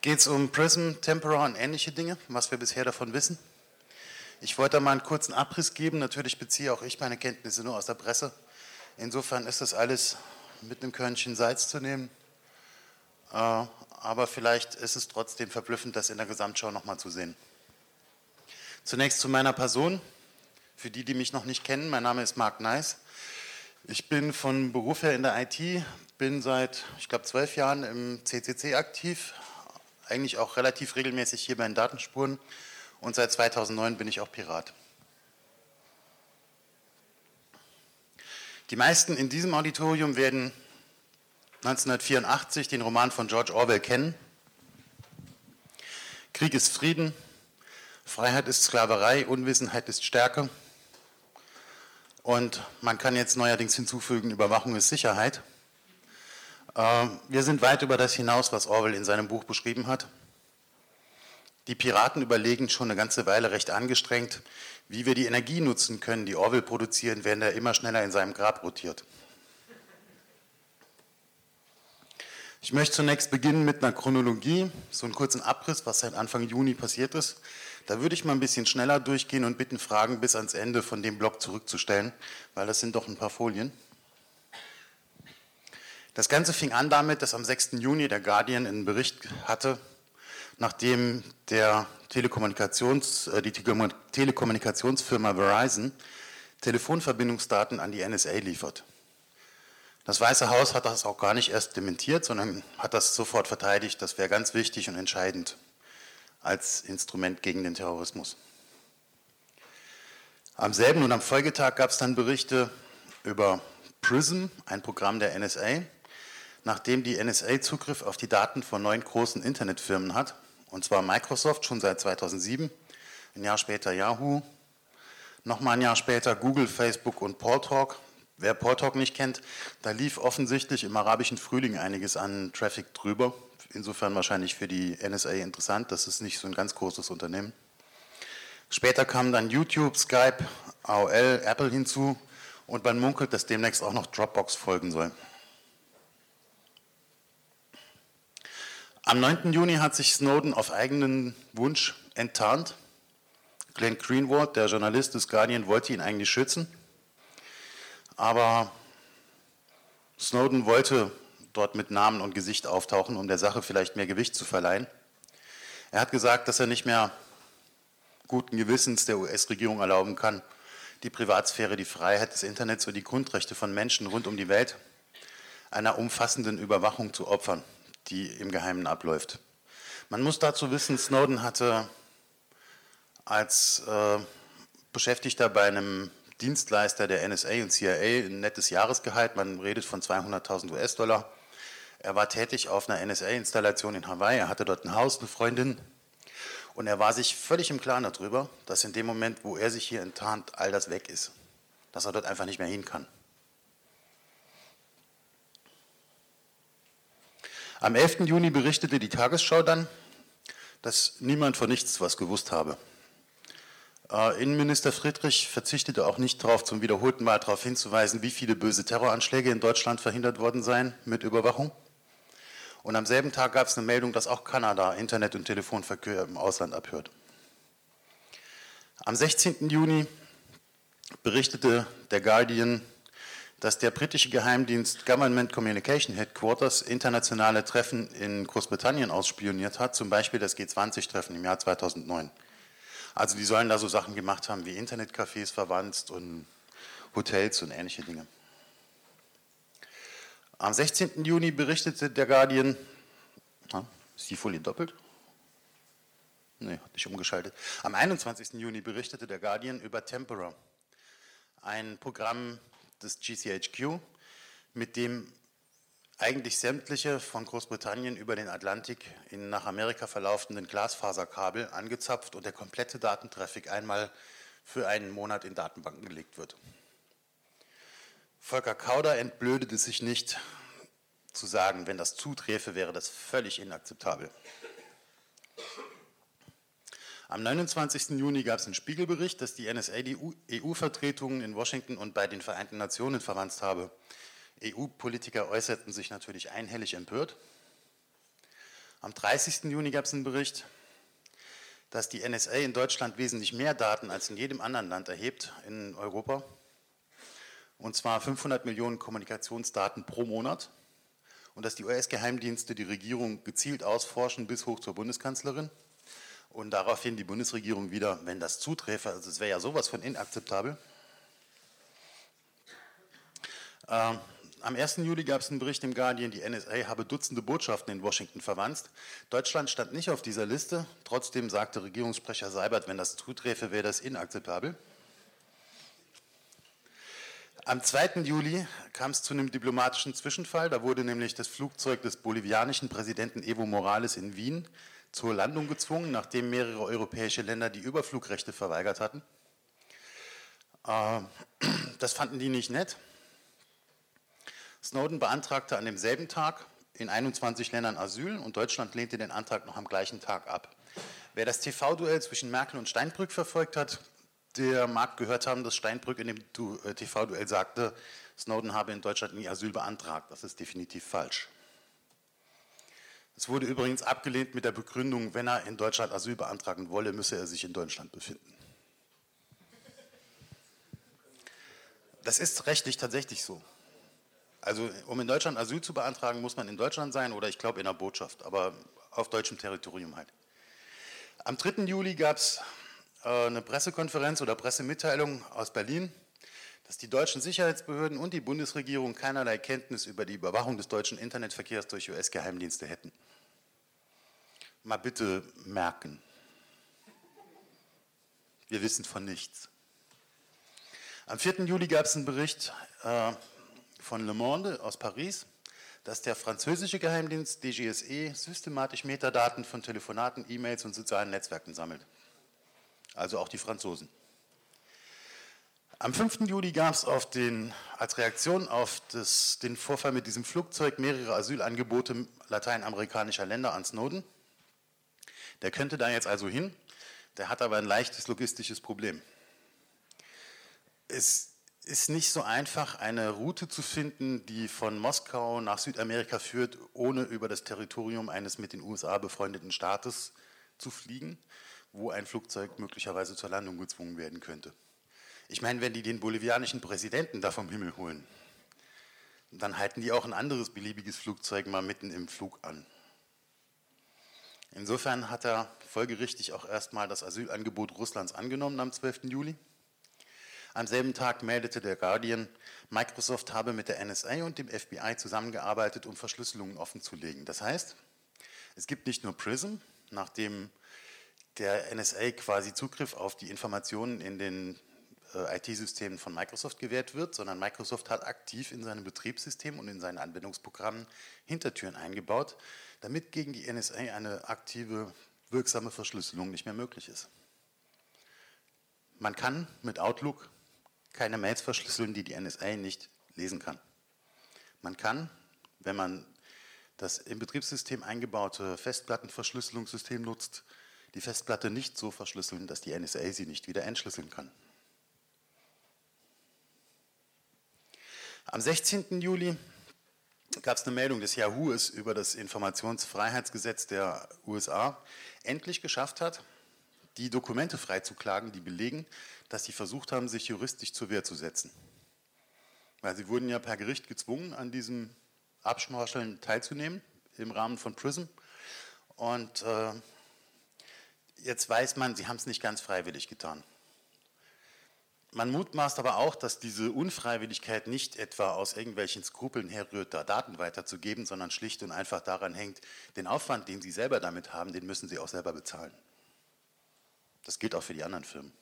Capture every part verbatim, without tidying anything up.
geht es um Prism, Tempora und ähnliche Dinge, was wir bisher davon wissen. Ich wollte da mal einen kurzen Abriss geben. Natürlich beziehe auch ich meine Kenntnisse nur aus der Presse. Insofern ist das alles mit einem Körnchen Salz zu nehmen. Äh, aber vielleicht ist es trotzdem verblüffend, das in der Gesamtschau nochmal zu sehen. Zunächst zu meiner Person. Für die, die mich noch nicht kennen, mein Name ist Marc Neiss. Ich bin von Beruf her in der I T, bin seit, ich glaube, zwölf Jahren im C C C aktiv, eigentlich auch relativ regelmäßig hier bei den Datenspuren und seit zweitausendneun bin ich auch Pirat. Die meisten in diesem Auditorium werden neunzehnhundertvierundachtzig den Roman von George Orwell kennen. Krieg ist Frieden, Freiheit ist Sklaverei, Unwissenheit ist Stärke. Und man kann jetzt neuerdings hinzufügen, Überwachung ist Sicherheit. Wir sind weit über das hinaus, was Orwell in seinem Buch beschrieben hat. Die Piraten überlegen schon eine ganze Weile recht angestrengt, wie wir die Energie nutzen können, die Orwell produzieren, während er immer schneller in seinem Grab rotiert. Ich möchte zunächst beginnen mit einer Chronologie, so einen kurzen Abriss, was seit Anfang Juni passiert ist. Da würde ich mal ein bisschen schneller durchgehen und bitten, Fragen bis ans Ende von dem Block zurückzustellen, weil das sind doch ein paar Folien. Das Ganze fing an damit, dass am sechsten Juni der Guardian einen Bericht hatte, nachdem der Telekommunikations, die Telekommunikationsfirma Verizon Telefonverbindungsdaten an die N S A liefert. Das Weiße Haus hat das auch gar nicht erst dementiert, sondern hat das sofort verteidigt. Das wäre ganz wichtig und entscheidend als Instrument gegen den Terrorismus. Am selben und am Folgetag gab es dann Berichte über Prism, ein Programm der N S A, nachdem die N S A Zugriff auf die Daten von neun großen Internetfirmen hat, und zwar Microsoft schon seit zweitausendsieben, ein Jahr später Yahoo, nochmal ein Jahr später Google, Facebook und Paltalk. Wer Paltalk nicht kennt, da lief offensichtlich im arabischen Frühling einiges an Traffic drüber. Insofern wahrscheinlich für die N S A interessant, das ist nicht so ein ganz großes Unternehmen. Später kamen dann YouTube, Skype, A O L, Apple hinzu und man munkelt, dass demnächst auch noch Dropbox folgen soll. Am neunten Juni hat sich Snowden auf eigenen Wunsch enttarnt. Glenn Greenwald, der Journalist des Guardian, wollte ihn eigentlich schützen, aber Snowden wollte dort mit Namen und Gesicht auftauchen, um der Sache vielleicht mehr Gewicht zu verleihen. Er hat gesagt, dass er nicht mehr guten Gewissens der U S-Regierung erlauben kann, die Privatsphäre, die Freiheit des Internets und die Grundrechte von Menschen rund um die Welt einer umfassenden Überwachung zu opfern, die im Geheimen abläuft. Man muss dazu wissen, Snowden hatte als äh, Beschäftigter bei einem Dienstleister der N S A und C I A ein nettes Jahresgehalt, man redet von zweihunderttausend U S-Dollar. Er war tätig auf einer N S A-Installation in Hawaii, er hatte dort ein Haus, eine Freundin und er war sich völlig im Klaren darüber, dass in dem Moment, wo er sich hier enttarnt, all das weg ist, dass er dort einfach nicht mehr hin kann. Am elften Juni berichtete die Tagesschau dann, dass niemand von nichts was gewusst habe. Innenminister Friedrich verzichtete auch nicht darauf, zum wiederholten Mal darauf hinzuweisen, wie viele böse Terroranschläge in Deutschland verhindert worden seien mit Überwachung. Und am selben Tag gab es eine Meldung, dass auch Kanada Internet- und Telefonverkehr im Ausland abhört. Am sechzehnten Juni berichtete der Guardian, dass der britische Geheimdienst Government Communication Headquarters internationale Treffen in Großbritannien ausspioniert hat, zum Beispiel das G zwanzig Treffen im Jahr zweitausendneun. Also die sollen da so Sachen gemacht haben wie Internetcafés verwandt und Hotels und ähnliche Dinge. Am sechzehnten Juni berichtete der Guardian, ah, ist die Folie doppelt? Nee, hat nicht umgeschaltet. Am einundzwanzigsten Juni berichtete der Guardian über Tempora, ein Programm des G C H Q, mit dem eigentlich sämtliche von Großbritannien über den Atlantik in nach Amerika verlaufenden Glasfaserkabel angezapft und der komplette Datentraffic einmal für einen Monat in Datenbanken gelegt wird. Volker Kauder entblödete sich nicht zu sagen, wenn das zuträfe, wäre das völlig inakzeptabel. Am neunundzwanzigsten Juni gab es einen Spiegelbericht, dass die N S A die E U-Vertretungen in Washington und bei den Vereinten Nationen verwandt habe. E U-Politiker äußerten sich natürlich einhellig empört. Am dreißigsten Juni gab es einen Bericht, dass die N S A in Deutschland wesentlich mehr Daten als in jedem anderen Land erhebt in Europa. Und zwar fünfhundert Millionen Kommunikationsdaten pro Monat. Und dass die U S-Geheimdienste die Regierung gezielt ausforschen bis hoch zur Bundeskanzlerin. Und daraufhin die Bundesregierung wieder, wenn das zuträfe, also es wäre ja sowas von inakzeptabel. Ähm, am ersten Juli gab es einen Bericht im Guardian, die N S A habe Dutzende Botschaften in Washington verwanzt. Deutschland stand nicht auf dieser Liste, trotzdem sagte Regierungssprecher Seibert, wenn das zuträfe, wäre das inakzeptabel. Am zweiten Juli kam es zu einem diplomatischen Zwischenfall, da wurde nämlich das Flugzeug des bolivianischen Präsidenten Evo Morales in Wien zur Landung gezwungen, nachdem mehrere europäische Länder die Überflugrechte verweigert hatten. Das fanden die nicht nett. Snowden beantragte an demselben Tag in einundzwanzig Ländern Asyl und Deutschland lehnte den Antrag noch am gleichen Tag ab. Wer das T V-Duell zwischen Merkel und Steinbrück verfolgt hat, der mag gehört haben, dass Steinbrück in dem T V-Duell sagte, Snowden habe in Deutschland nie Asyl beantragt. Das ist definitiv falsch. Es wurde übrigens abgelehnt mit der Begründung, wenn er in Deutschland Asyl beantragen wolle, müsse er sich in Deutschland befinden. Das ist rechtlich tatsächlich so. Also um in Deutschland Asyl zu beantragen, muss man in Deutschland sein oder ich glaube in der Botschaft, aber auf deutschem Territorium halt. Am dritten Juli gab es äh, eine Pressekonferenz oder Pressemitteilung aus Berlin, dass die deutschen Sicherheitsbehörden und die Bundesregierung keinerlei Kenntnis über die Überwachung des deutschen Internetverkehrs durch U S-Geheimdienste hätten. Mal bitte merken. Wir wissen von nichts. Am vierten Juli gab es einen Bericht äh, von Le Monde aus Paris, dass der französische Geheimdienst D G S E systematisch Metadaten von Telefonaten, E-Mails und sozialen Netzwerken sammelt. Also auch die Franzosen. Am fünften Juli gab es auf den, als Reaktion auf das, den Vorfall mit diesem Flugzeug mehrere Asylangebote lateinamerikanischer Länder an Snowden. Der könnte da jetzt also hin, der hat aber ein leichtes logistisches Problem. Es ist nicht so einfach, eine Route zu finden, die von Moskau nach Südamerika führt, ohne über das Territorium eines mit den U S A befreundeten Staates zu fliegen, wo ein Flugzeug möglicherweise zur Landung gezwungen werden könnte. Ich meine, wenn die den bolivianischen Präsidenten da vom Himmel holen, dann halten die auch ein anderes beliebiges Flugzeug mal mitten im Flug an. Insofern hat er folgerichtig auch erstmal das Asylangebot Russlands angenommen am zwölften Juli. Am selben Tag meldete der Guardian, Microsoft habe mit der N S A und dem F B I zusammengearbeitet, um Verschlüsselungen offenzulegen. Das heißt, es gibt nicht nur PRISM, nachdem der N S A quasi Zugriff auf die Informationen in den äh, I T-Systemen von Microsoft gewährt wird, sondern Microsoft hat aktiv in seinem Betriebssystem und in seinen Anwendungsprogrammen Hintertüren eingebaut, damit gegen die N S A eine aktive, wirksame Verschlüsselung nicht mehr möglich ist. Man kann mit Outlook keine Mails verschlüsseln, die die N S A nicht lesen kann. Man kann, wenn man das im Betriebssystem eingebaute Festplattenverschlüsselungssystem nutzt, die Festplatte nicht so verschlüsseln, dass die N S A sie nicht wieder entschlüsseln kann. Am sechzehnten Juli gab es eine Meldung, dass Yahoo es über das Informationsfreiheitsgesetz der U S A endlich geschafft hat, die Dokumente freizuklagen, die belegen, dass sie versucht haben, sich juristisch zur Wehr zu setzen. Weil sie wurden ja per Gericht gezwungen, an diesem Abschnorcheln teilzunehmen, im Rahmen von PRISM. Und äh, jetzt weiß man, sie haben es nicht ganz freiwillig getan. Man mutmaßt aber auch, dass diese Unfreiwilligkeit nicht etwa aus irgendwelchen Skrupeln herrührt, da Daten weiterzugeben, sondern schlicht und einfach daran hängt, den Aufwand, den sie selber damit haben, den müssen sie auch selber bezahlen. Das gilt auch für die anderen Firmen.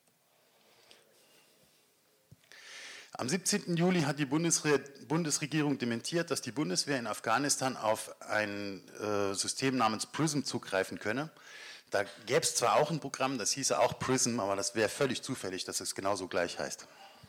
Am siebzehnten Juli hat die Bundesre- Bundesregierung dementiert, dass die Bundeswehr in Afghanistan auf ein äh, System namens PRISM zugreifen könne. Da gäbe es zwar auch ein Programm, das hieße auch PRISM, aber das wäre völlig zufällig, dass es genauso gleich heißt.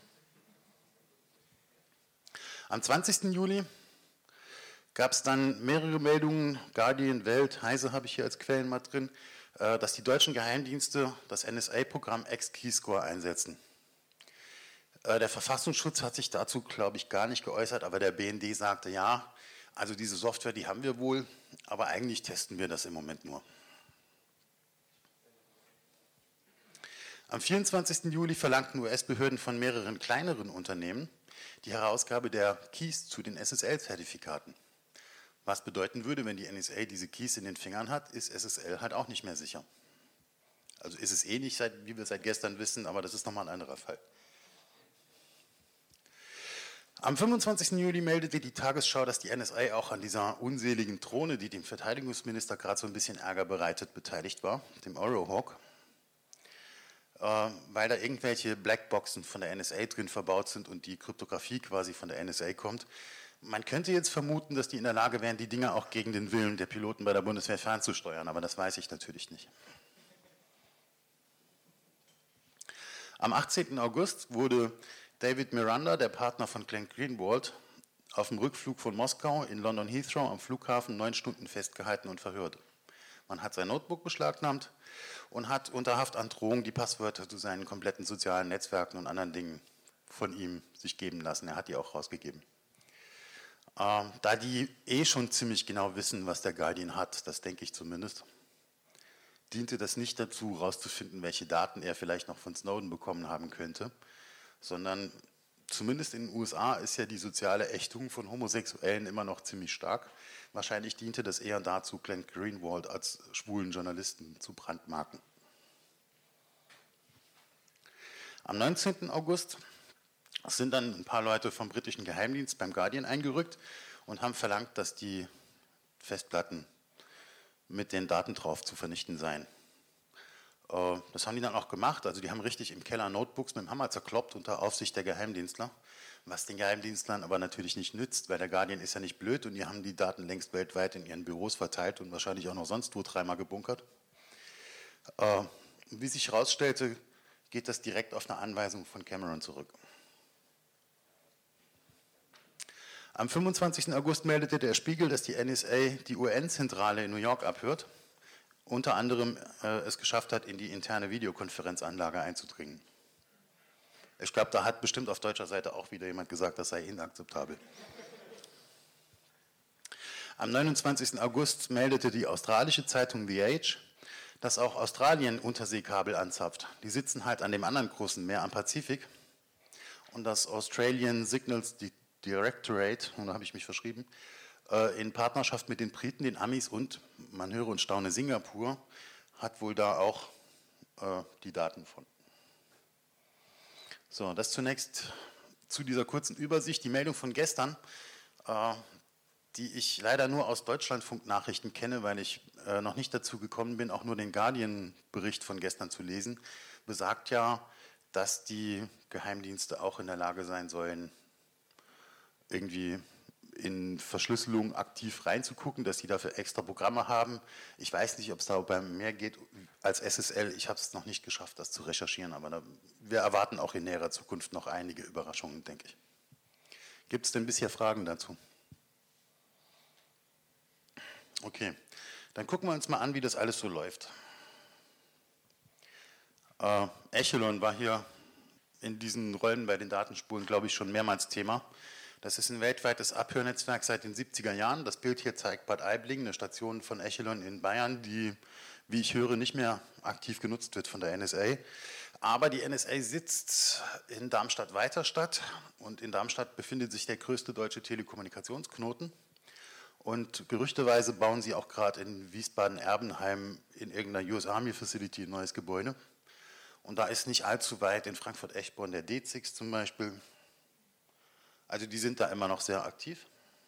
Am zwanzigsten Juli gab es dann mehrere Meldungen, Guardian, Welt, Heise habe ich hier als Quellen mal drin, dass die deutschen Geheimdienste das N S A-Programm X-Keyscore einsetzen. Der Verfassungsschutz hat sich dazu, glaube ich, gar nicht geäußert, aber der B N D sagte, ja, Also diese Software, die haben wir wohl, aber eigentlich testen wir das im Moment nur. Am vierundzwanzigsten Juli verlangten U S-Behörden von mehreren kleineren Unternehmen die Herausgabe der Keys zu den S S L-Zertifikaten. Was bedeuten würde, wenn die N S A diese Keys in den Fingern hat, ist S S L halt auch nicht mehr sicher. Also ist es eh nicht, seit, wie wir seit gestern wissen, aber das ist nochmal ein anderer Fall. Am fünfundzwanzigsten Juli meldete die Tagesschau, dass die N S A auch an dieser unseligen Drohne, die dem Verteidigungsminister gerade so ein bisschen Ärger bereitet, beteiligt war, dem Eurohawk, äh, weil da irgendwelche Blackboxen von der N S A drin verbaut sind und die Kryptographie quasi von der N S A kommt. Man könnte jetzt vermuten, dass die in der Lage wären, die Dinger auch gegen den Willen der Piloten bei der Bundeswehr fernzusteuern, aber das weiß ich natürlich nicht. Am achtzehnten August wurde David Miranda, der Partner von Glenn Greenwald, auf dem Rückflug von Moskau in London Heathrow am Flughafen neun Stunden festgehalten und verhört. Man hat sein Notebook beschlagnahmt und hat unter Haftandrohung die Passwörter zu seinen kompletten sozialen Netzwerken und anderen Dingen von ihm sich geben lassen. Er hat die auch rausgegeben. Äh, da die eh schon ziemlich genau wissen, was der Guardian hat, das denke ich zumindest, diente das nicht dazu, herauszufinden, welche Daten er vielleicht noch von Snowden bekommen haben könnte, sondern zumindest in den U S A ist ja die soziale Ächtung von Homosexuellen immer noch ziemlich stark. Wahrscheinlich diente das eher dazu, Glenn Greenwald als schwulen Journalisten zu brandmarken. Am neunzehnten August sind dann ein paar Leute vom britischen Geheimdienst beim Guardian eingerückt und haben verlangt, dass die Festplatten mit den Daten drauf zu vernichten seien. Das haben die dann auch gemacht, also die haben richtig im Keller Notebooks mit dem Hammer zerkloppt unter Aufsicht der Geheimdienstler, was den Geheimdienstlern aber natürlich nicht nützt, weil der Guardian ist ja nicht blöd und die haben die Daten längst weltweit in ihren Büros verteilt und wahrscheinlich auch noch sonst wo dreimal gebunkert. Wie sich herausstellte, geht das direkt auf eine Anweisung von Cameron zurück. Am fünfundzwanzigsten August meldete der Spiegel, dass die N S A die U N-Zentrale in New York abhört, unter anderem äh, es geschafft hat, in die interne Videokonferenzanlage einzudringen. Ich glaube, da hat bestimmt auf deutscher Seite auch wieder jemand gesagt, das sei inakzeptabel. Am neunundzwanzigsten August meldete die australische Zeitung The Age, dass auch Australien Unterseekabel anzapft. Die sitzen halt an dem anderen großen Meer am Pazifik und das Australian Signals Directorate, und da habe ich mich verschrieben, in Partnerschaft mit den Briten, den Amis und, man höre und staune, Singapur, hat wohl da auch äh, die Daten von. So, das zunächst zu dieser kurzen Übersicht. Die Meldung von gestern, äh, die ich leider nur aus Deutschlandfunk-Nachrichten kenne, weil ich äh, noch nicht dazu gekommen bin, auch nur den Guardian-Bericht von gestern zu lesen, besagt ja, dass die Geheimdienste auch in der Lage sein sollen, irgendwie in Verschlüsselung aktiv reinzugucken, dass sie dafür extra Programme haben. Ich weiß nicht, ob es da beim mehr geht als S S L. Ich habe es noch nicht geschafft, das zu recherchieren, aber da, wir erwarten auch in näherer Zukunft noch einige Überraschungen, denke ich. Gibt es denn bisher Fragen dazu? Okay, dann gucken wir uns mal an, wie das alles so läuft. Äh, Echelon war hier in diesen Rollen bei den Datenspuren, glaube ich, schon mehrmals Thema. Das ist ein weltweites Abhörnetzwerk seit den siebziger Jahren. Das Bild hier zeigt Bad Aibling, eine Station von Echelon in Bayern, die, wie ich höre, nicht mehr aktiv genutzt wird von der N S A. Aber die N S A sitzt in Darmstadt-Weiterstadt und in Darmstadt befindet sich der größte deutsche Telekommunikationsknoten. Und gerüchteweise bauen sie auch gerade in Wiesbaden-Erbenheim in irgendeiner U S Army Facility ein neues Gebäude. Und da ist nicht allzu weit in Frankfurt-Eschborn der D zix zum Beispiel. Also die sind da immer noch sehr aktiv.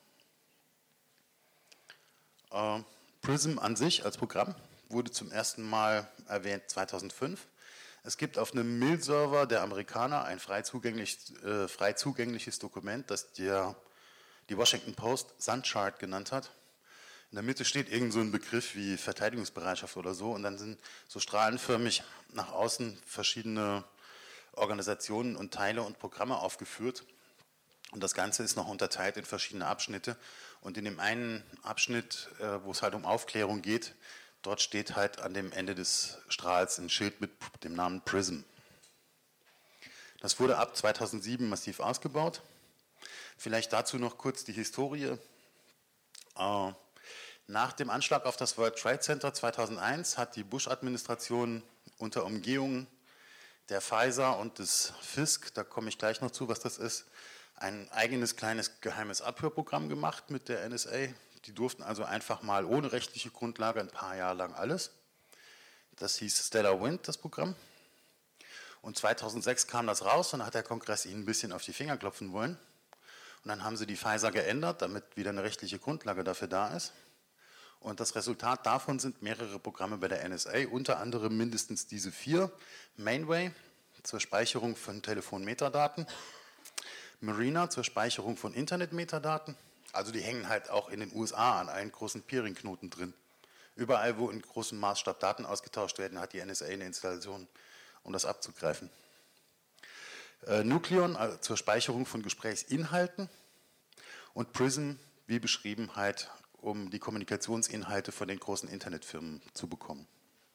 Äh, Prism an sich als Programm wurde zum ersten Mal erwähnt zweitausendfünf. Es gibt auf einem M I L-Server der Amerikaner ein frei, zugänglich, äh, frei zugängliches Dokument, das der, die Washington Post Sunchart genannt hat. In der Mitte steht irgend so ein Begriff wie Verteidigungsbereitschaft oder so und dann sind so strahlenförmig nach außen verschiedene Organisationen und Teile und Programme aufgeführt. Und das Ganze ist noch unterteilt in verschiedene Abschnitte. Und in dem einen Abschnitt, wo es halt um Aufklärung geht, dort steht halt an dem Ende des Strahls ein Schild mit dem Namen Prism. Das wurde ab zweitausendsieben massiv ausgebaut. Vielleicht dazu noch kurz die Historie. Äh, nach dem Anschlag auf das World Trade Center zweitausendeins hat die Bush-Administration unter Umgehung der Pfizer und des F I S C, da komme ich gleich noch zu, was das ist, ein eigenes kleines geheimes Abhörprogramm gemacht mit der N S A. Die durften also einfach mal ohne rechtliche Grundlage ein paar Jahre lang alles. Das hieß Stellar Wind, das Programm. Und zweitausendsechs kam das raus und dann hat der Kongress ihnen ein bisschen auf die Finger klopfen wollen. Und dann haben sie die Pfizer geändert, damit wieder eine rechtliche Grundlage dafür da ist. Und das Resultat davon sind mehrere Programme bei der N S A, unter anderem mindestens diese vier. Mainway zur Speicherung von Telefonmetadaten, Marina zur Speicherung von Internetmetadaten. Also die hängen halt auch in den U S A an allen großen Peering-Knoten drin. Überall, wo in großem Maßstab Daten ausgetauscht werden, hat die N S A eine Installation, um das abzugreifen. Äh, Nucleon also zur Speicherung von Gesprächsinhalten und Prism, wie beschrieben, halt, um die Kommunikationsinhalte von den großen Internetfirmen zu bekommen.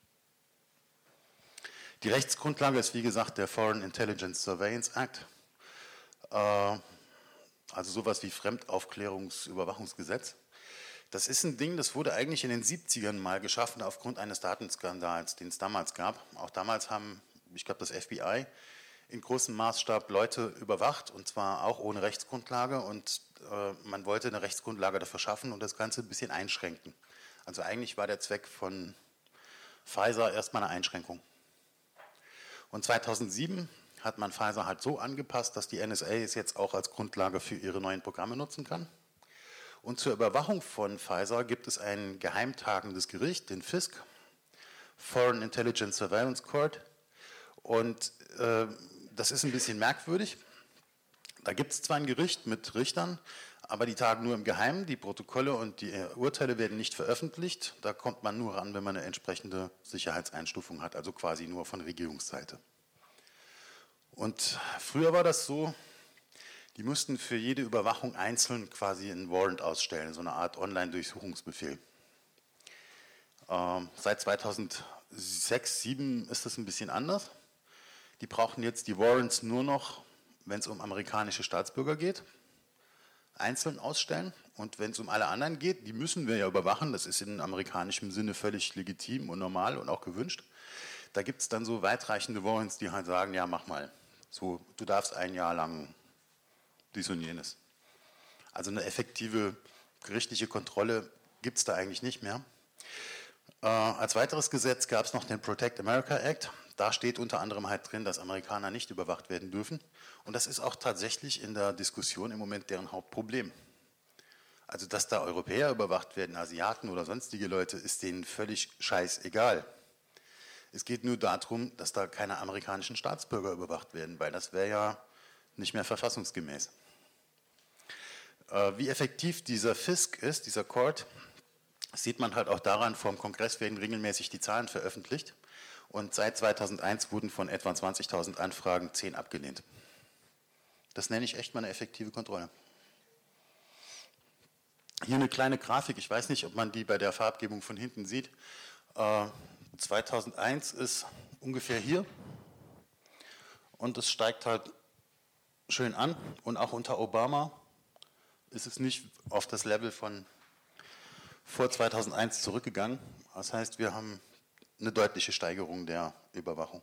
Die Rechtsgrundlage ist, wie gesagt, der Foreign Intelligence Surveillance Act, äh, also sowas wie Fremdaufklärungsüberwachungsgesetz. Das ist ein Ding, das wurde eigentlich in den siebzigern mal geschaffen aufgrund eines Datenskandals, den es damals gab. Auch damals haben, ich glaube, das F B I in großem Maßstab Leute überwacht, und zwar auch ohne Rechtsgrundlage, und äh, man wollte eine Rechtsgrundlage dafür schaffen und das Ganze ein bisschen einschränken. Also eigentlich war der Zweck von Pfizer erstmal eine Einschränkung. Und zweitausendsieben hat man Pfizer halt so angepasst, dass die N S A es jetzt auch als Grundlage für ihre neuen Programme nutzen kann. Und zur Überwachung von Pfizer gibt es ein geheimtagendes Gericht, den F I S C, Foreign Intelligence Surveillance Court. Und äh, das ist ein bisschen merkwürdig. Da gibt es zwar ein Gericht mit Richtern, aber die tagen nur im Geheimen. Die Protokolle und die Urteile werden nicht veröffentlicht. Da kommt man nur ran, wenn man eine entsprechende Sicherheitseinstufung hat, also quasi nur von Regierungsseite. Und früher war das so, die mussten für jede Überwachung einzeln quasi einen Warrant ausstellen, so eine Art Online-Durchsuchungsbefehl. Ähm, seit zweitausendsechs, zweitausendsieben ist das ein bisschen anders. Die brauchen jetzt die Warrants nur noch, wenn es um amerikanische Staatsbürger geht, einzeln ausstellen. Und wenn es um alle anderen geht, die müssen wir ja überwachen, das ist in amerikanischem Sinne völlig legitim und normal und auch gewünscht. Da gibt es dann so weitreichende Warrants, die halt sagen, ja mach mal, so, du darfst ein Jahr lang dies und jenes. Also eine effektive gerichtliche Kontrolle gibt es da eigentlich nicht mehr. Äh, als weiteres Gesetz gab es noch den Protect America Act. Da steht unter anderem halt drin, dass Amerikaner nicht überwacht werden dürfen. Und das ist auch tatsächlich in der Diskussion im Moment deren Hauptproblem. Also dass da Europäer überwacht werden, Asiaten oder sonstige Leute, ist denen völlig scheißegal. Es geht nur darum, dass da keine amerikanischen Staatsbürger überwacht werden, weil das wäre ja nicht mehr verfassungsgemäß. Äh, wie effektiv dieser F I S C ist, dieser Court, sieht man halt auch daran, vom Kongress werden regelmäßig die Zahlen veröffentlicht. Und seit zweitausendeins wurden von etwa zwanzigtausend Anfragen zehn abgelehnt. Das nenne ich echt mal eine effektive Kontrolle. Hier eine kleine Grafik, ich weiß nicht, ob man die bei der Farbgebung von hinten sieht. Äh, zweitausendeins ist ungefähr hier und es steigt halt schön an, und auch unter Obama ist es nicht auf das Level von vor zweitausendeins zurückgegangen. Das heißt, wir haben eine deutliche Steigerung der Überwachung.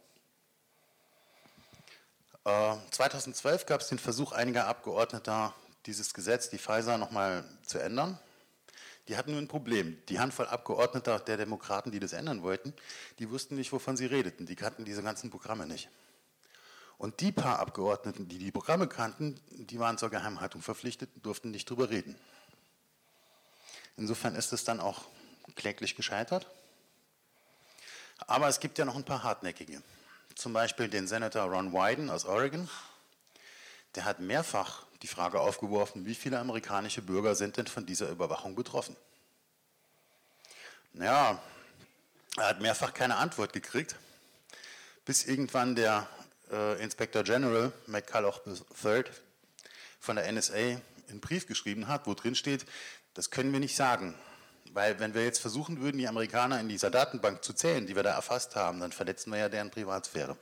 Äh, zweitausendzwölf gab es den Versuch einiger Abgeordneter, dieses Gesetz, die Pfizer, nochmal zu ändern. Die hatten nur ein Problem. Die Handvoll Abgeordneter der Demokraten, die das ändern wollten, die wussten nicht, wovon sie redeten. Die kannten diese ganzen Programme nicht. Und die paar Abgeordneten, die die Programme kannten, die waren zur Geheimhaltung verpflichtet und durften nicht drüber reden. Insofern ist es dann auch kläglich gescheitert. Aber es gibt ja noch ein paar hartnäckige. Zum Beispiel den Senator Ron Wyden aus Oregon. Der hat mehrfach die Frage aufgeworfen, wie viele amerikanische Bürger sind denn von dieser Überwachung betroffen? Naja, er hat mehrfach keine Antwort gekriegt, bis irgendwann der äh, Inspector General McCulloch der Dritte von der N S A einen Brief geschrieben hat, wo drin steht, das können wir nicht sagen. Weil wenn wir jetzt versuchen würden, die Amerikaner in dieser Datenbank zu zählen, die wir da erfasst haben, dann verletzen wir ja deren Privatsphäre.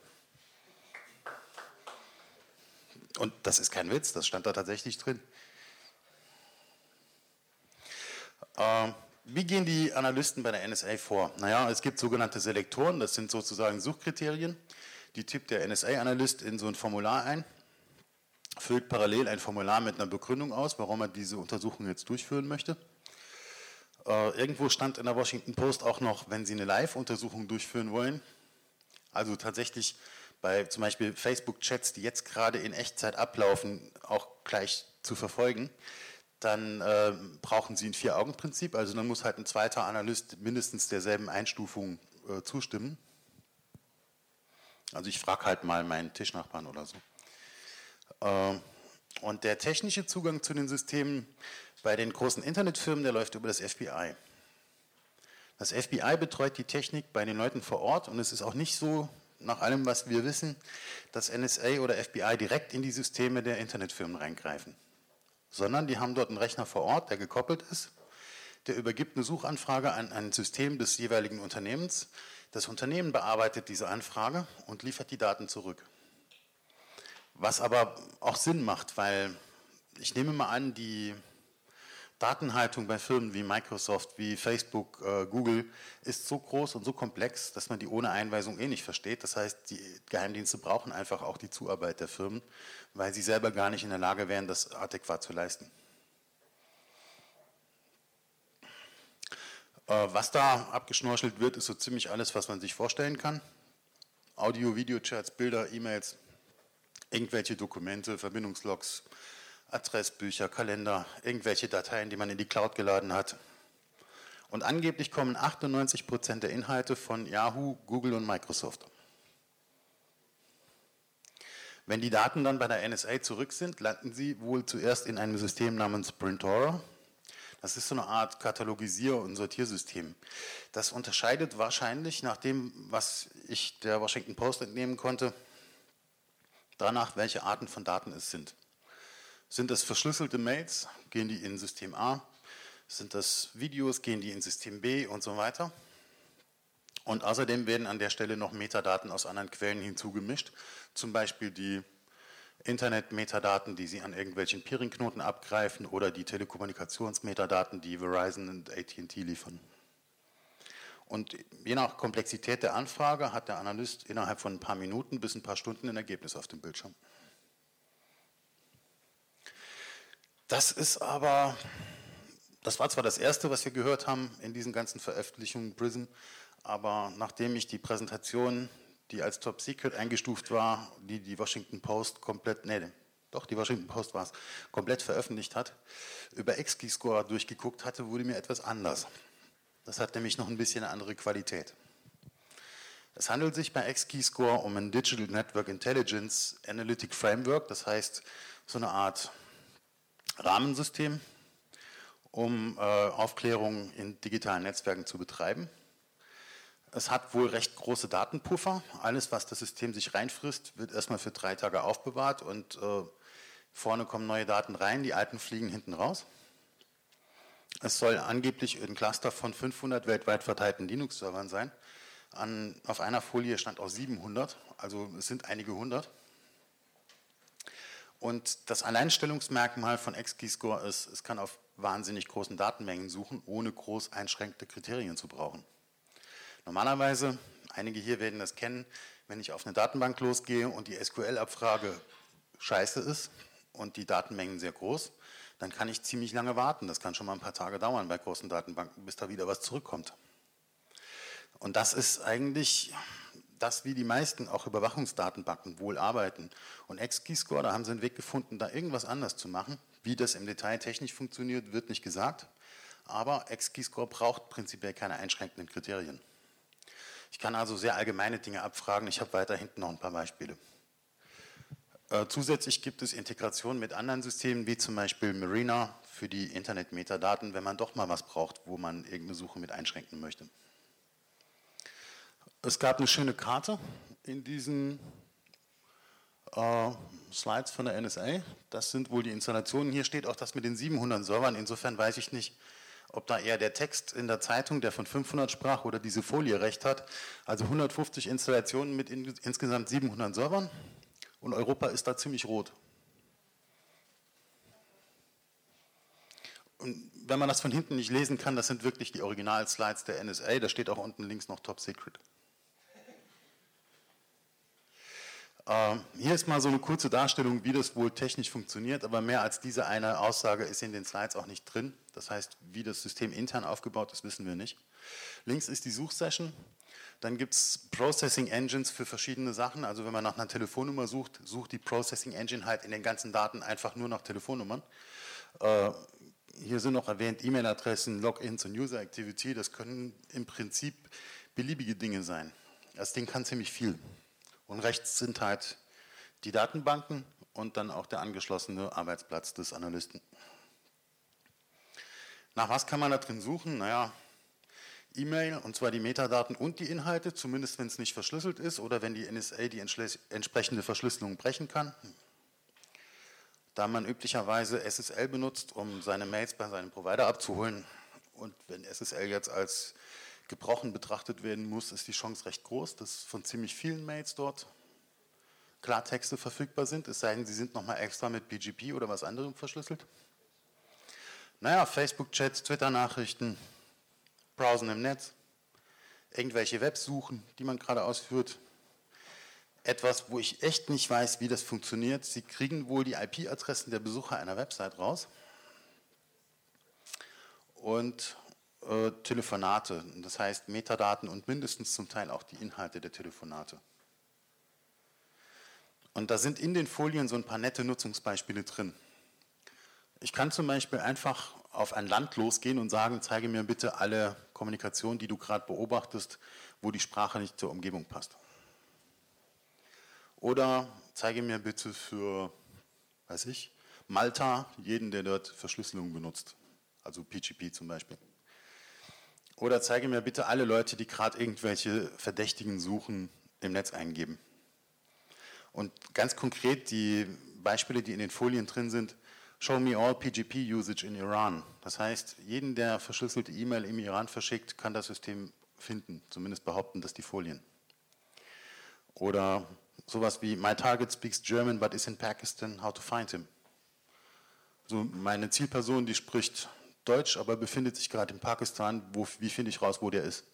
Und das ist kein Witz, das stand da tatsächlich drin. Äh, wie gehen die Analysten bei der N S A vor? Naja, es gibt sogenannte Selektoren, das sind sozusagen Suchkriterien. Die tippt der N S A-Analyst in so ein Formular ein, füllt parallel ein Formular mit einer Begründung aus, warum er diese Untersuchung jetzt durchführen möchte. Äh, irgendwo stand in der Washington Post auch noch, wenn Sie eine Live-Untersuchung durchführen wollen, also tatsächlich bei zum Beispiel Facebook-Chats, die jetzt gerade in Echtzeit ablaufen, auch gleich zu verfolgen, dann äh, brauchen Sie ein Vier-Augen-Prinzip, also dann muss halt ein zweiter Analyst mindestens derselben Einstufung äh, zustimmen. Also ich frage halt mal meinen Tischnachbarn oder so. Äh, und der technische Zugang zu den Systemen bei den großen Internetfirmen, der läuft über das F B I. Das F B I betreut die Technik bei den Leuten vor Ort und es ist auch nicht so, nach allem, was wir wissen, dass N S A oder F B I direkt in die Systeme der Internetfirmen reingreifen. Sondern die haben dort einen Rechner vor Ort, der gekoppelt ist, der übergibt eine Suchanfrage an ein System des jeweiligen Unternehmens. Das Unternehmen bearbeitet diese Anfrage und liefert die Daten zurück. Was aber auch Sinn macht, weil ich nehme mal an, die Datenhaltung bei Firmen wie Microsoft, wie Facebook, äh, Google ist so groß und so komplex, dass man die ohne Einweisung eh nicht versteht. Das heißt, die Geheimdienste brauchen einfach auch die Zuarbeit der Firmen, weil sie selber gar nicht in der Lage wären, das adäquat zu leisten. Äh, was da abgeschnorchelt wird, ist so ziemlich alles, was man sich vorstellen kann. Audio, Videochats, Bilder, E-Mails, irgendwelche Dokumente, Verbindungslogs, Adressbücher, Kalender, irgendwelche Dateien, die man in die Cloud geladen hat. Und angeblich kommen achtundneunzig Prozent der Inhalte von Yahoo, Google und Microsoft. Wenn die Daten dann bei der N S A zurück sind, landen sie wohl zuerst in einem System namens Printora. Das ist so eine Art Katalogisier- und Sortiersystem. Das unterscheidet wahrscheinlich nach dem, was ich der Washington Post entnehmen konnte, danach, welche Arten von Daten es sind. Sind das verschlüsselte Mails, gehen die in System A, sind das Videos, gehen die in System B und so weiter. Und außerdem werden an der Stelle noch Metadaten aus anderen Quellen hinzugemischt, zum Beispiel die Internet-Metadaten, die Sie an irgendwelchen Peering-Knoten abgreifen oder die Telekommunikations-Metadaten, die Verizon und A T und T liefern. Und je nach Komplexität der Anfrage hat der Analyst innerhalb von ein paar Minuten bis ein paar Stunden ein Ergebnis auf dem Bildschirm. Das ist aber, das war zwar das Erste, was wir gehört haben in diesen ganzen Veröffentlichungen Prism, aber nachdem ich die Präsentation, die als Top Secret eingestuft war, die die Washington Post komplett, nee, doch, die Washington Post war es, komplett veröffentlicht hat, über X-Keyscore durchgeguckt hatte, wurde mir etwas anders. Das hat nämlich noch ein bisschen eine andere Qualität. Es handelt sich bei X-Keyscore um ein Digital Network Intelligence Analytic Framework, das heißt so eine Art Rahmensystem, um äh, Aufklärung in digitalen Netzwerken zu betreiben. Es hat wohl recht große Datenpuffer. Alles, was das System sich reinfrisst, wird erstmal für drei Tage aufbewahrt und äh, vorne kommen neue Daten rein, die alten fliegen hinten raus. Es soll angeblich ein Cluster von fünfhundert weltweit verteilten Linux-Servern sein. An, auf einer Folie stand auch siebenhundert, also es sind einige hundert. Und das Alleinstellungsmerkmal von X-Keyscore ist, es kann auf wahnsinnig großen Datenmengen suchen, ohne groß einschränkende Kriterien zu brauchen. Normalerweise, einige hier werden das kennen, wenn ich auf eine Datenbank losgehe und die S Q L-Abfrage scheiße ist und die Datenmengen sehr groß, dann kann ich ziemlich lange warten. Das kann schon mal ein paar Tage dauern bei großen Datenbanken, bis da wieder was zurückkommt. Und das ist eigentlich das, wie die meisten auch Überwachungsdatenbanken wohl arbeiten. Und X-Keyscore, da haben sie einen Weg gefunden, da irgendwas anders zu machen. Wie das im Detail technisch funktioniert, wird nicht gesagt. Aber X-Keyscore braucht prinzipiell keine einschränkenden Kriterien. Ich kann also sehr allgemeine Dinge abfragen. Ich habe weiter hinten noch ein paar Beispiele. Äh, zusätzlich gibt es Integrationen mit anderen Systemen, wie zum Beispiel Marina für die Internet-Metadaten, wenn man doch mal was braucht, wo man irgendeine Suche mit einschränken möchte. Es gab eine schöne Karte in diesen äh, Slides von der N S A. Das sind wohl die Installationen. Hier steht auch das mit den siebenhundert Servern. Insofern weiß ich nicht, ob da eher der Text in der Zeitung, der von fünfhundert sprach, oder diese Folie recht hat. Also hundertfünfzig Installationen mit in, insgesamt siebenhundert Servern. Und Europa ist da ziemlich rot. Und wenn man das von hinten nicht lesen kann, das sind wirklich die Original-Slides der N S A, da steht auch unten links noch Top Secret. Ähm, hier ist mal so eine kurze Darstellung, wie das wohl technisch funktioniert, aber mehr als diese eine Aussage ist in den Slides auch nicht drin. Das heißt, wie das System intern aufgebaut ist, wissen wir nicht. Links ist die Suchsession. Dann gibt es Processing Engines für verschiedene Sachen. Also wenn man nach einer Telefonnummer sucht, sucht die Processing Engine halt in den ganzen Daten einfach nur nach Telefonnummern. Äh, hier sind noch erwähnt E-Mail-Adressen, Logins und User Activity. Das können im Prinzip beliebige Dinge sein. Das Ding kann ziemlich viel. Und rechts sind halt die Datenbanken und dann auch der angeschlossene Arbeitsplatz des Analysten. Nach was kann man da drin suchen? Naja, E-Mail, und zwar die Metadaten und die Inhalte, zumindest wenn es nicht verschlüsselt ist oder wenn die N S A die entsprechende Verschlüsselung brechen kann. Da man üblicherweise S S L benutzt, um seine Mails bei seinem Provider abzuholen, und wenn S S L jetzt als gebrochen betrachtet werden muss, ist die Chance recht groß, dass von ziemlich vielen Mails dort Klartexte verfügbar sind, es sei denn, sie sind nochmal extra mit P G P oder was anderem verschlüsselt. Naja, Facebook-Chats, Twitter-Nachrichten, Browsen im Netz, irgendwelche Websuchen, die man gerade ausführt. Etwas, wo ich echt nicht weiß, wie das funktioniert. Sie kriegen wohl die I P-Adressen der Besucher einer Website raus. Und äh, Telefonate, das heißt Metadaten und mindestens zum Teil auch die Inhalte der Telefonate. Und da sind in den Folien so ein paar nette Nutzungsbeispiele drin. Ich kann zum Beispiel einfach auf ein Land losgehen und sagen, zeige mir bitte alle Kommunikation, die du gerade beobachtest, wo die Sprache nicht zur Umgebung passt. Oder zeige mir bitte für, weiß ich, Malta jeden, der dort Verschlüsselung benutzt, also P G P zum Beispiel. Oder zeige mir bitte alle Leute, die gerade irgendwelche verdächtigen Suchen im Netz eingeben. Und ganz konkret die Beispiele, die in den Folien drin sind: Show me all P G P usage in Iran. Das heißt, jeden, der verschlüsselte E-Mail im Iran verschickt, kann das System finden, zumindest behaupten das die Folien. Oder sowas wie: My target speaks German but is in Pakistan, how to find him. Also meine Zielperson, die spricht Deutsch, aber befindet sich gerade in Pakistan, wo, wie finde ich raus, wo der ist?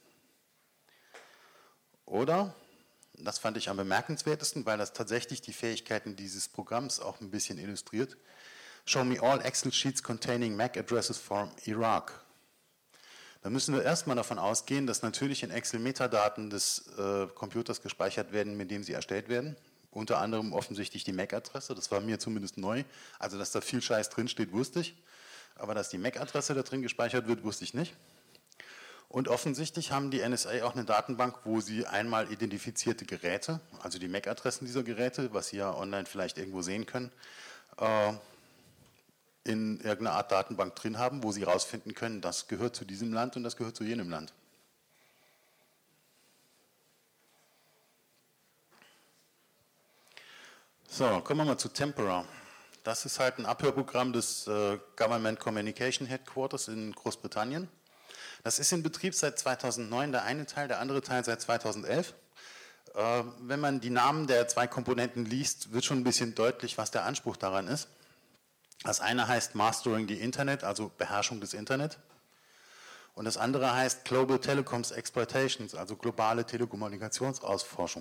Oder, das fand ich am bemerkenswertesten, weil das tatsächlich die Fähigkeiten dieses Programms auch ein bisschen illustriert: Show me all Excel sheets containing M A C addresses from Iraq. Da müssen wir erstmal davon ausgehen, dass natürlich in Excel Metadaten des äh, Computers gespeichert werden, mit dem sie erstellt werden. Unter anderem offensichtlich die M A C-Adresse, das war mir zumindest neu. Also, dass da viel Scheiß drinsteht, wusste ich. Aber dass die M A C-Adresse da drin gespeichert wird, wusste ich nicht. Und offensichtlich haben die N S A auch eine Datenbank, wo sie einmal identifizierte Geräte, also die M A C-Adressen dieser Geräte, was Sie ja online vielleicht irgendwo sehen können, äh, in irgendeiner Art Datenbank drin haben, wo Sie herausfinden können, das gehört zu diesem Land und das gehört zu jenem Land. So, kommen wir mal zu Tempora. Das ist halt ein Abhörprogramm des äh, Government Communication Headquarters in Großbritannien. Das ist in Betrieb seit zweitausendneun, der eine Teil, der andere Teil seit zweitausendelf. Äh, wenn man die Namen der zwei Komponenten liest, wird schon ein bisschen deutlich, was der Anspruch daran ist. Das eine heißt Mastering the Internet, also Beherrschung des Internet. Und das andere heißt Global Telecoms Exploitations, also globale Telekommunikationsausforschung.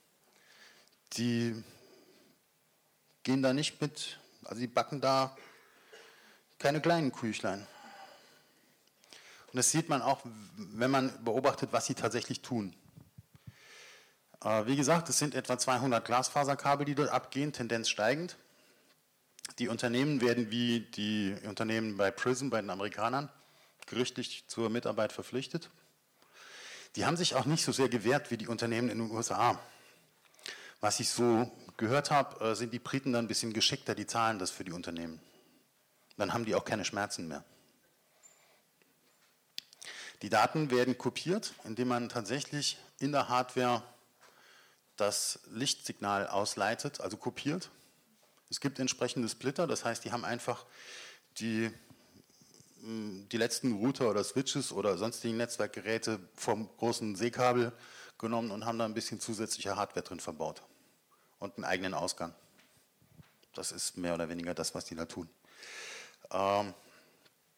Die gehen da nicht mit, also die backen da keine kleinen Küchlein. Und das sieht man auch, wenn man beobachtet, was sie tatsächlich tun. Wie gesagt, es sind etwa zweihundert Glasfaserkabel, die dort abgehen, Tendenz steigend. Die Unternehmen werden wie die Unternehmen bei Prism, bei den Amerikanern, gerichtlich zur Mitarbeit verpflichtet. Die haben sich auch nicht so sehr gewehrt wie die Unternehmen in den U S A. Was ich so gehört habe, sind die Briten dann ein bisschen geschickter, die zahlen das für die Unternehmen. Dann haben die auch keine Schmerzen mehr. Die Daten werden kopiert, indem man tatsächlich in der Hardware das Lichtsignal ausleitet, also kopiert. Es gibt entsprechende Splitter, das heißt, die haben einfach die, die letzten Router oder Switches oder sonstigen Netzwerkgeräte vom großen Seekabel genommen und haben da ein bisschen zusätzliche Hardware drin verbaut und einen eigenen Ausgang. Das ist mehr oder weniger das, was die da tun. Ähm,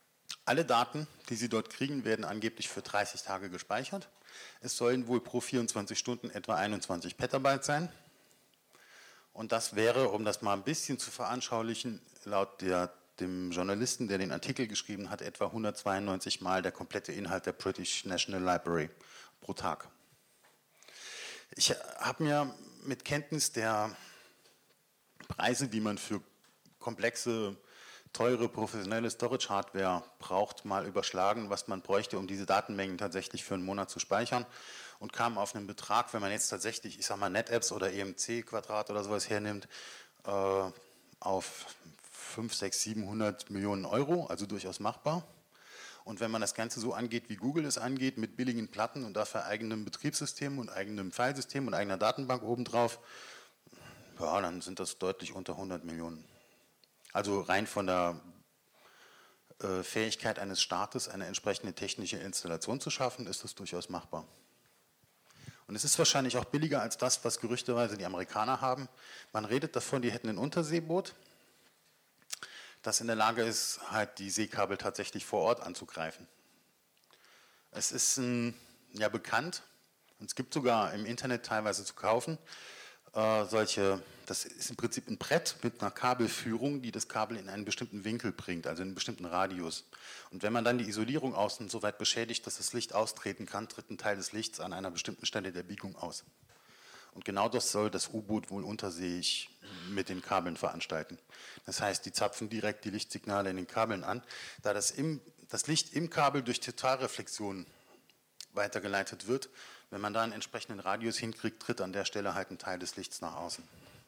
Alle Daten, die Sie dort kriegen, werden angeblich für dreißig Tage gespeichert. Es sollen wohl pro vierundzwanzig Stunden etwa einundzwanzig Petabyte sein. Und das wäre, um das mal ein bisschen zu veranschaulichen, laut der, dem Journalisten, der den Artikel geschrieben hat, etwa hundertzweiundneunzig Mal der komplette Inhalt der British National Library pro Tag. Ich habe mir mit Kenntnis der Preise, die man für komplexe, teure, professionelle Storage-Hardware braucht, mal überschlagen, was man bräuchte, um diese Datenmengen tatsächlich für einen Monat zu speichern, und kam auf einen Betrag, wenn man jetzt tatsächlich, ich sag mal, NetApps oder E M C-Quadrat oder sowas hernimmt, äh, auf fünfhundert, sechshundert, siebenhundert Millionen Euro, also durchaus machbar. Und wenn man das Ganze so angeht, wie Google es angeht, mit billigen Platten und dafür eigenem Betriebssystem und eigenem Filesystem und eigener Datenbank obendrauf, ja, dann sind das deutlich unter hundert Millionen. Also rein von der äh, Fähigkeit eines Staates, eine entsprechende technische Installation zu schaffen, ist das durchaus machbar. Und es ist wahrscheinlich auch billiger als das, was gerüchteweise die Amerikaner haben. Man redet davon, die hätten ein Unterseeboot, das in der Lage ist, halt die Seekabel tatsächlich vor Ort anzugreifen. Es ist ein, ja, bekannt, und es gibt sogar im Internet teilweise zu kaufen, äh, solche, das ist im Prinzip ein Brett mit einer Kabelführung, die das Kabel in einen bestimmten Winkel bringt, also in einen bestimmten Radius. Und wenn man dann die Isolierung außen so weit beschädigt, dass das Licht austreten kann, tritt ein Teil des Lichts an einer bestimmten Stelle der Biegung aus. Und genau das soll das U-Boot wohl unterseeig mit den Kabeln veranstalten. Das heißt, die zapfen direkt die Lichtsignale in den Kabeln an. Da das, im, das Licht im Kabel durch Totalreflexion weitergeleitet wird, wenn man da einen entsprechenden Radius hinkriegt, tritt an der Stelle halt ein Teil des Lichts nach außen.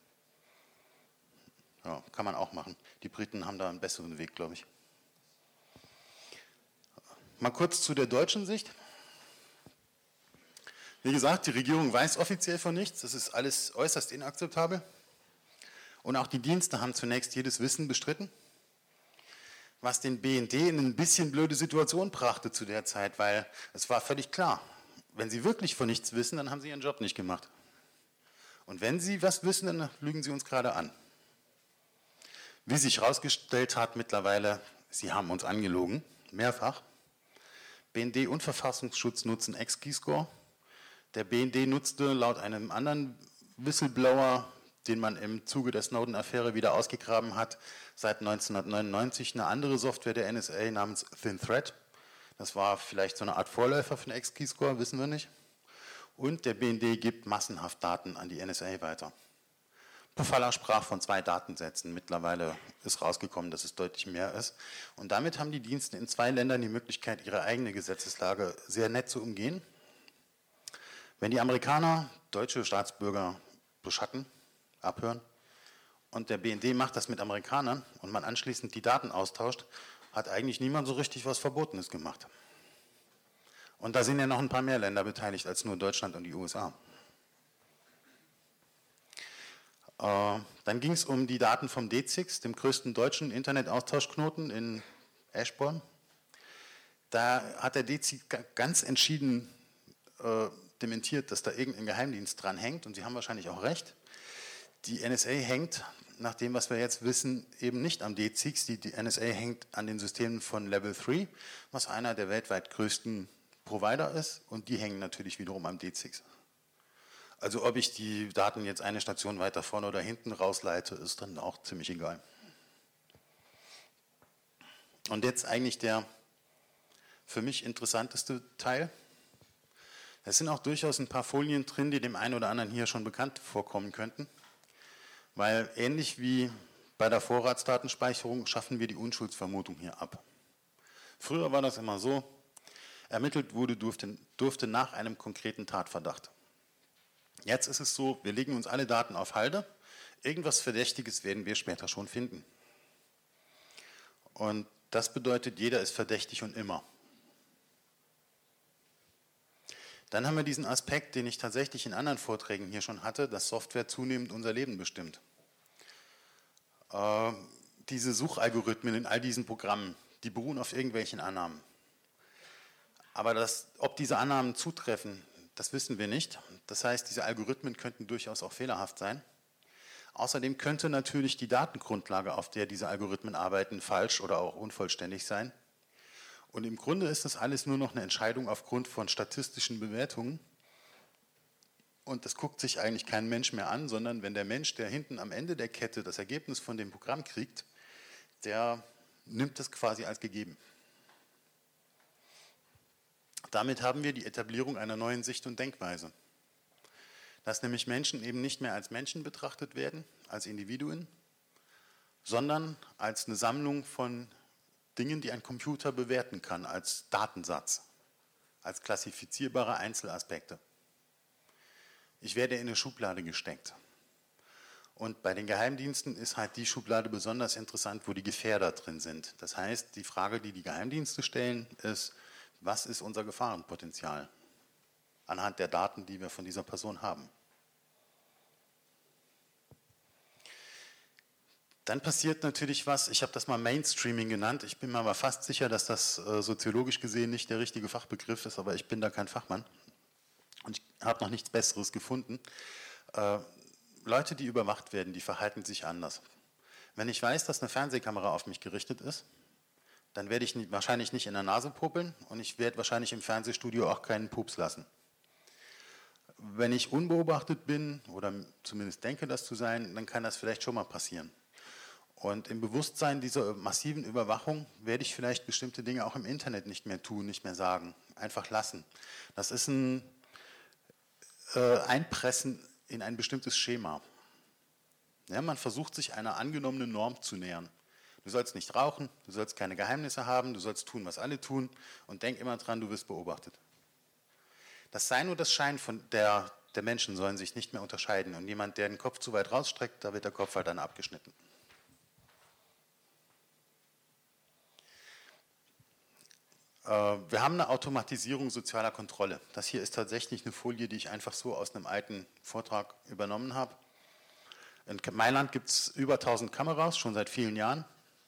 Ja, kann man auch machen. Die Briten haben da einen besseren Weg, glaube ich. Mal kurz zu der deutschen Sicht. Wie gesagt, die Regierung weiß offiziell von nichts. Das ist alles äußerst inakzeptabel. Und auch die Dienste haben zunächst jedes Wissen bestritten, was den B N D in eine bisschen blöde Situation brachte zu der Zeit, weil es war völlig klar, wenn sie wirklich von nichts wissen, dann haben sie ihren Job nicht gemacht. Und wenn sie was wissen, dann lügen sie uns gerade an. Wie sich herausgestellt hat mittlerweile, sie haben uns angelogen, mehrfach. B N D und Verfassungsschutz nutzen Ex-Keyscore. Der B N D nutzte laut einem anderen Whistleblower, den man im Zuge der Snowden-Affäre wieder ausgegraben hat, seit neunzehnhundertneunundneunzig eine andere Software der N S A namens ThinThread. Das war vielleicht so eine Art Vorläufer von Ex-Keyscore, wissen wir nicht. Und der B N D gibt massenhaft Daten an die N S A weiter. Pofalla sprach von zwei Datensätzen. Mittlerweile ist rausgekommen, dass es deutlich mehr ist. Und damit haben die Dienste in zwei Ländern die Möglichkeit, ihre eigene Gesetzeslage sehr nett zu umgehen. Wenn die Amerikaner deutsche Staatsbürger beschatten, abhören, und der B N D macht das mit Amerikanern und man anschließend die Daten austauscht, hat eigentlich niemand so richtig was Verbotenes gemacht. Und da sind ja noch ein paar mehr Länder beteiligt als nur Deutschland und die U S A. Äh, dann ging es um die Daten vom D Z I X, dem größten deutschen Internetaustauschknoten in Eschborn. Da hat der D Z I X ganz entschieden äh, dementiert, dass da irgendein Geheimdienst dran hängt, und Sie haben wahrscheinlich auch recht. Die N S A hängt, nach dem, was wir jetzt wissen, eben nicht am D Z I X. Die, die N S A hängt an den Systemen von Level drei, was einer der weltweit größten Provider ist, und die hängen natürlich wiederum am D Z I X. Also ob ich die Daten jetzt eine Station weiter vorne oder hinten rausleite, ist dann auch ziemlich egal. Und jetzt eigentlich der für mich interessanteste Teil. Es sind auch durchaus ein paar Folien drin, die dem einen oder anderen hier schon bekannt vorkommen könnten, weil ähnlich wie bei der Vorratsdatenspeicherung schaffen wir die Unschuldsvermutung hier ab. Früher war das immer so, ermittelt wurde, durfte, durfte nach einem konkreten Tatverdacht. Jetzt ist es so, wir legen uns alle Daten auf Halde, irgendwas Verdächtiges werden wir später schon finden. Und das bedeutet, jeder ist verdächtig und immer. Dann haben wir diesen Aspekt, den ich tatsächlich in anderen Vorträgen hier schon hatte, dass Software zunehmend unser Leben bestimmt. Äh, diese Suchalgorithmen in all diesen Programmen, die beruhen auf irgendwelchen Annahmen. Aber das, ob diese Annahmen zutreffen, das wissen wir nicht. Das heißt, diese Algorithmen könnten durchaus auch fehlerhaft sein. Außerdem könnte natürlich die Datengrundlage, auf der diese Algorithmen arbeiten, falsch oder auch unvollständig sein. Und im Grunde ist das alles nur noch eine Entscheidung aufgrund von statistischen Bewertungen. Und das guckt sich eigentlich kein Mensch mehr an, sondern wenn der Mensch, der hinten am Ende der Kette das Ergebnis von dem Programm kriegt, der nimmt das quasi als gegeben. Damit haben wir die Etablierung einer neuen Sicht und Denkweise. Dass nämlich Menschen eben nicht mehr als Menschen betrachtet werden, als Individuen, sondern als eine Sammlung von Dingen, die ein Computer bewerten kann, als Datensatz, als klassifizierbare Einzelaspekte. Ich werde in eine Schublade gesteckt. Und bei den Geheimdiensten ist halt die Schublade besonders interessant, wo die Gefährder drin sind. Das heißt, die Frage, die die Geheimdienste stellen, ist, was ist unser Gefahrenpotenzial anhand der Daten, die wir von dieser Person haben. Dann passiert natürlich was, ich habe das mal Mainstreaming genannt, ich bin mir aber fast sicher, dass das äh, soziologisch gesehen nicht der richtige Fachbegriff ist, aber ich bin da kein Fachmann und ich habe noch nichts Besseres gefunden. Äh, Leute, die überwacht werden, die verhalten sich anders. Wenn ich weiß, dass eine Fernsehkamera auf mich gerichtet ist, dann werde ich nicht, wahrscheinlich nicht in der Nase popeln und ich werde wahrscheinlich im Fernsehstudio auch keinen Pups lassen. Wenn ich unbeobachtet bin oder zumindest denke, das zu sein, dann kann das vielleicht schon mal passieren. Und im Bewusstsein dieser massiven Überwachung werde ich vielleicht bestimmte Dinge auch im Internet nicht mehr tun, nicht mehr sagen, einfach lassen. Das ist ein äh, Einpressen in ein bestimmtes Schema. Ja, man versucht sich einer angenommenen Norm zu nähern. Du sollst nicht rauchen, du sollst keine Geheimnisse haben, du sollst tun, was alle tun und denk immer dran, du wirst beobachtet. Das Sein und das Schein von der, der Menschen sollen sich nicht mehr unterscheiden und jemand, der den Kopf zu weit rausstreckt, da wird der Kopf halt dann abgeschnitten. Wir haben eine Automatisierung sozialer Kontrolle. Das hier ist tatsächlich eine Folie, die ich einfach so aus einem alten Vortrag übernommen habe. In Mailand gibt es über tausend Kameras, schon seit vielen Jahren,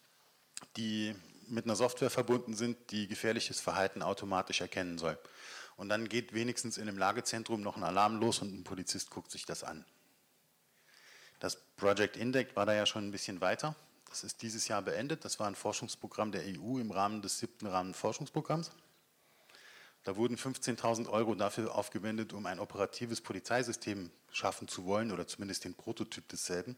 die mit einer Software verbunden sind, die gefährliches Verhalten automatisch erkennen soll. Und dann geht wenigstens in einem Lagezentrum noch ein Alarm los und ein Polizist guckt sich das an. Das Project Indect war da ja schon ein bisschen weiter. Das ist dieses Jahr beendet. Das war ein Forschungsprogramm der E U im Rahmen des siebten Rahmenforschungsprogramms. Da wurden fünfzehntausend Euro dafür aufgewendet, um ein operatives Polizeisystem schaffen zu wollen, oder zumindest den Prototyp desselben,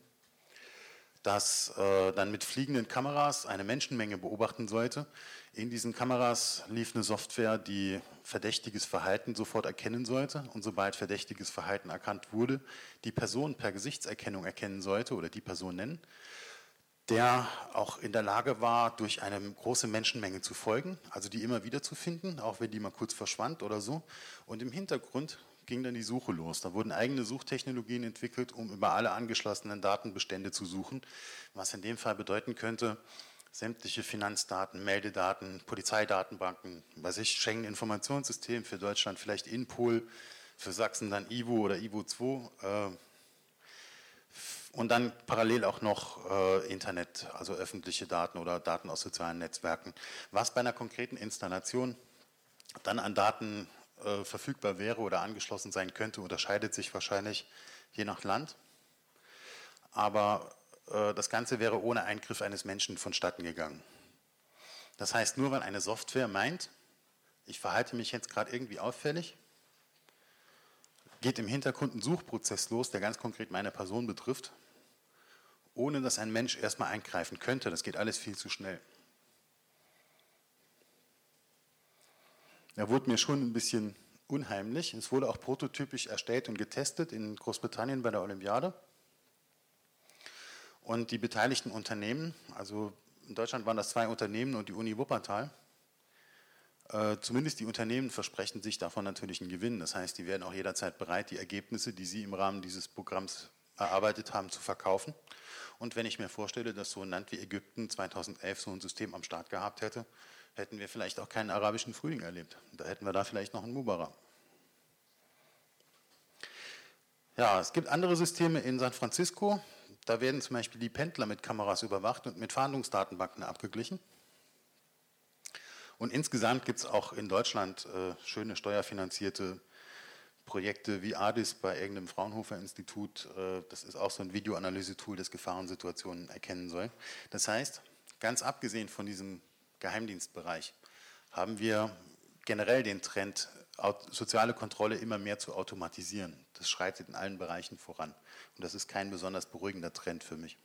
das äh, dann mit fliegenden Kameras eine Menschenmenge beobachten sollte. In diesen Kameras lief eine Software, die verdächtiges Verhalten sofort erkennen sollte und sobald verdächtiges Verhalten erkannt wurde, die Person per Gesichtserkennung erkennen sollte oder die Person nennen, der auch in der Lage war, durch eine große Menschenmenge zu folgen, also die immer wieder zu finden, auch wenn die mal kurz verschwand oder so. Und im Hintergrund ging dann die Suche los. Da wurden eigene Suchtechnologien entwickelt, um über alle angeschlossenen Datenbestände zu suchen, was in dem Fall bedeuten könnte, sämtliche Finanzdaten, Meldedaten, Polizeidatenbanken, weiß ich, Schengen-Informationssystem für Deutschland, vielleicht Inpol, für Sachsen dann I V O oder I V O zwei, äh, und dann parallel auch noch äh, Internet, also öffentliche Daten oder Daten aus sozialen Netzwerken. Was bei einer konkreten Installation dann an Daten äh, verfügbar wäre oder angeschlossen sein könnte, unterscheidet sich wahrscheinlich je nach Land. Aber äh, das Ganze wäre ohne Eingriff eines Menschen vonstatten gegangen. Das heißt, nur weil eine Software meint, ich verhalte mich jetzt gerade irgendwie auffällig, geht im Hintergrund ein Suchprozess los, der ganz konkret meine Person betrifft, ohne dass ein Mensch erstmal eingreifen könnte. Das geht alles viel zu schnell. Da wurde mir schon ein bisschen unheimlich. Es wurde auch prototypisch erstellt und getestet in Großbritannien bei der Olympiade. Und die beteiligten Unternehmen, also in Deutschland waren das zwei Unternehmen und die Uni Wuppertal, äh, zumindest die Unternehmen versprechen sich davon natürlich einen Gewinn. Das heißt, die werden auch jederzeit bereit, die Ergebnisse, die sie im Rahmen dieses Programms erarbeitet haben, zu verkaufen. Und wenn ich mir vorstelle, dass so ein Land wie Ägypten zweitausendelf so ein System am Start gehabt hätte, hätten wir vielleicht auch keinen arabischen Frühling erlebt. Da hätten wir da vielleicht noch einen Mubarak. Ja, es gibt andere Systeme in San Francisco. Da werden zum Beispiel die Pendler mit Kameras überwacht und mit Fahndungsdatenbanken abgeglichen. Und insgesamt gibt es auch in Deutschland äh, schöne steuerfinanzierte Projekte wie A D I S bei irgendeinem Fraunhofer-Institut. Äh, das ist auch so ein Videoanalyse-Tool, das Gefahrensituationen erkennen soll. Das heißt, ganz abgesehen von diesem Geheimdienstbereich, haben wir generell den Trend, soziale Kontrolle immer mehr zu automatisieren. Das schreitet in allen Bereichen voran. Und das ist kein besonders beruhigender Trend für mich.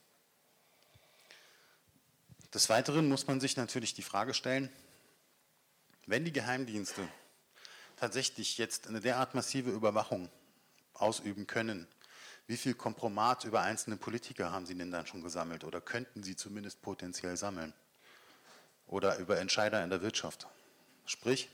Des Weiteren muss man sich natürlich die Frage stellen, wenn die Geheimdienste tatsächlich jetzt eine derart massive Überwachung ausüben können, wie viel Kompromat über einzelne Politiker haben sie denn dann schon gesammelt oder könnten sie zumindest potenziell sammeln? Oder über Entscheider in der Wirtschaft? Sprich,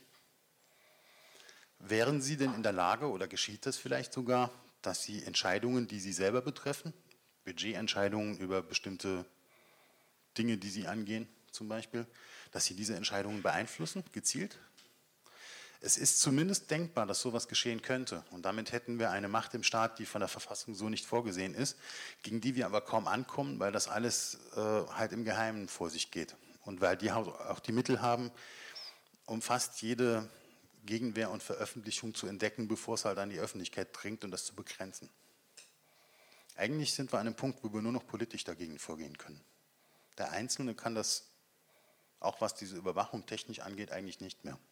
wären Sie denn in der Lage, oder geschieht das vielleicht sogar, dass Sie Entscheidungen, die Sie selber betreffen, Budgetentscheidungen über bestimmte Dinge, die Sie angehen zum Beispiel, dass Sie diese Entscheidungen beeinflussen, gezielt? Es ist zumindest denkbar, dass sowas geschehen könnte. Und damit hätten wir eine Macht im Staat, die von der Verfassung so nicht vorgesehen ist, gegen die wir aber kaum ankommen, weil das alles äh, halt im Geheimen vor sich geht. Und weil die auch die Mittel haben, um fast jede Gegenwehr und Veröffentlichung zu entdecken, bevor es halt an die Öffentlichkeit dringt und das zu begrenzen. Eigentlich sind wir an einem Punkt, wo wir nur noch politisch dagegen vorgehen können. Der Einzelne kann das, auch was diese Überwachung technisch angeht, eigentlich nicht mehr.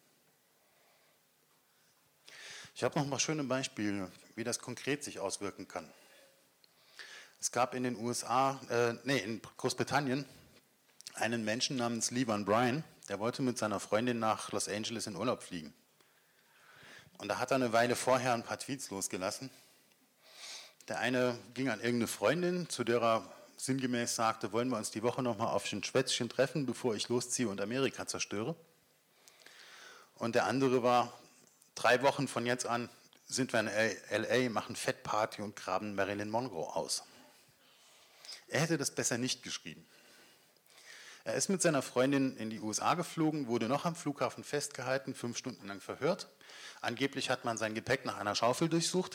Ich habe noch mal schöne Beispiele, wie das konkret sich auswirken kann. Es gab in den U S A, äh, nee, in Großbritannien einen Menschen namens Lee Van Bryan, der wollte mit seiner Freundin nach Los Angeles in Urlaub fliegen. Und da hat er eine Weile vorher ein paar Tweets losgelassen. Der eine ging an irgendeine Freundin, zu der er sinngemäß sagte, wollen wir uns die Woche noch mal auf ein Schwätzchen treffen, bevor ich losziehe und Amerika zerstöre. Und der andere war, drei Wochen von jetzt an sind wir in L A, machen Fettparty und graben Marilyn Monroe aus. Er hätte das besser nicht geschrieben. Er ist mit seiner Freundin in die U S A geflogen, wurde noch am Flughafen festgehalten, fünf Stunden lang verhört. Angeblich hat man sein Gepäck nach einer Schaufel durchsucht.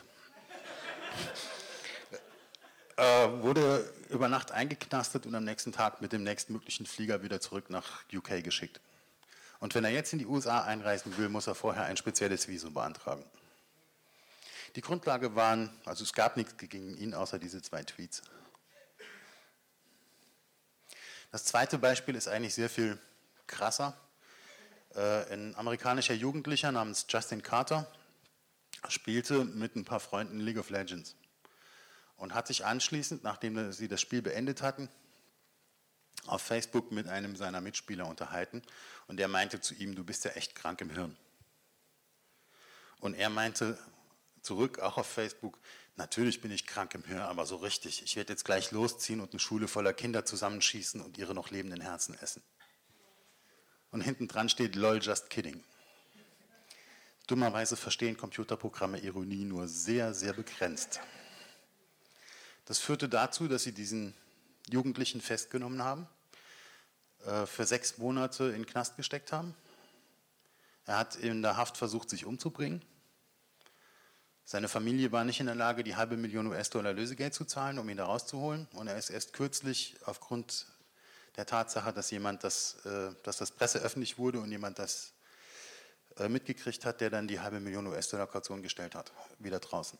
äh, wurde über Nacht eingeknastet und am nächsten Tag mit dem nächstmöglichen Flieger wieder zurück nach U K geschickt. Und wenn er jetzt in die U S A einreisen will, muss er vorher ein spezielles Visum beantragen. Die Grundlage waren, also es gab nichts gegen ihn, außer diese zwei Tweets. Das zweite Beispiel ist eigentlich sehr viel krasser. Ein amerikanischer Jugendlicher namens Justin Carter spielte mit ein paar Freunden League of Legends und hat sich anschließend, nachdem sie das Spiel beendet hatten, auf Facebook mit einem seiner Mitspieler unterhalten und der meinte zu ihm, du bist ja echt krank im Hirn. Und er meinte zurück, auch auf Facebook, natürlich bin ich krank im Hirn, aber so richtig. Ich werde jetzt gleich losziehen und eine Schule voller Kinder zusammenschießen und ihre noch lebenden Herzen essen. Und hinten dran steht, lol, just kidding. Dummerweise verstehen Computerprogramme Ironie nur sehr, sehr begrenzt. Das führte dazu, dass sie diesen Jugendlichen festgenommen haben, für sechs Monate in den Knast gesteckt haben. Er hat in der Haft versucht, sich umzubringen. Seine Familie war nicht in der Lage, die halbe Million U S-Dollar Lösegeld zu zahlen, um ihn da rauszuholen. Und er ist erst kürzlich aufgrund der Tatsache, dass jemand das, dass das Presse öffentlich wurde und jemand das mitgekriegt hat, der dann die halbe Million U S-Dollar Kaution gestellt hat, wieder draußen.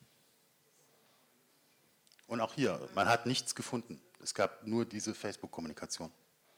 Und auch hier, man hat nichts gefunden. Es gab nur diese Facebook-Kommunikation.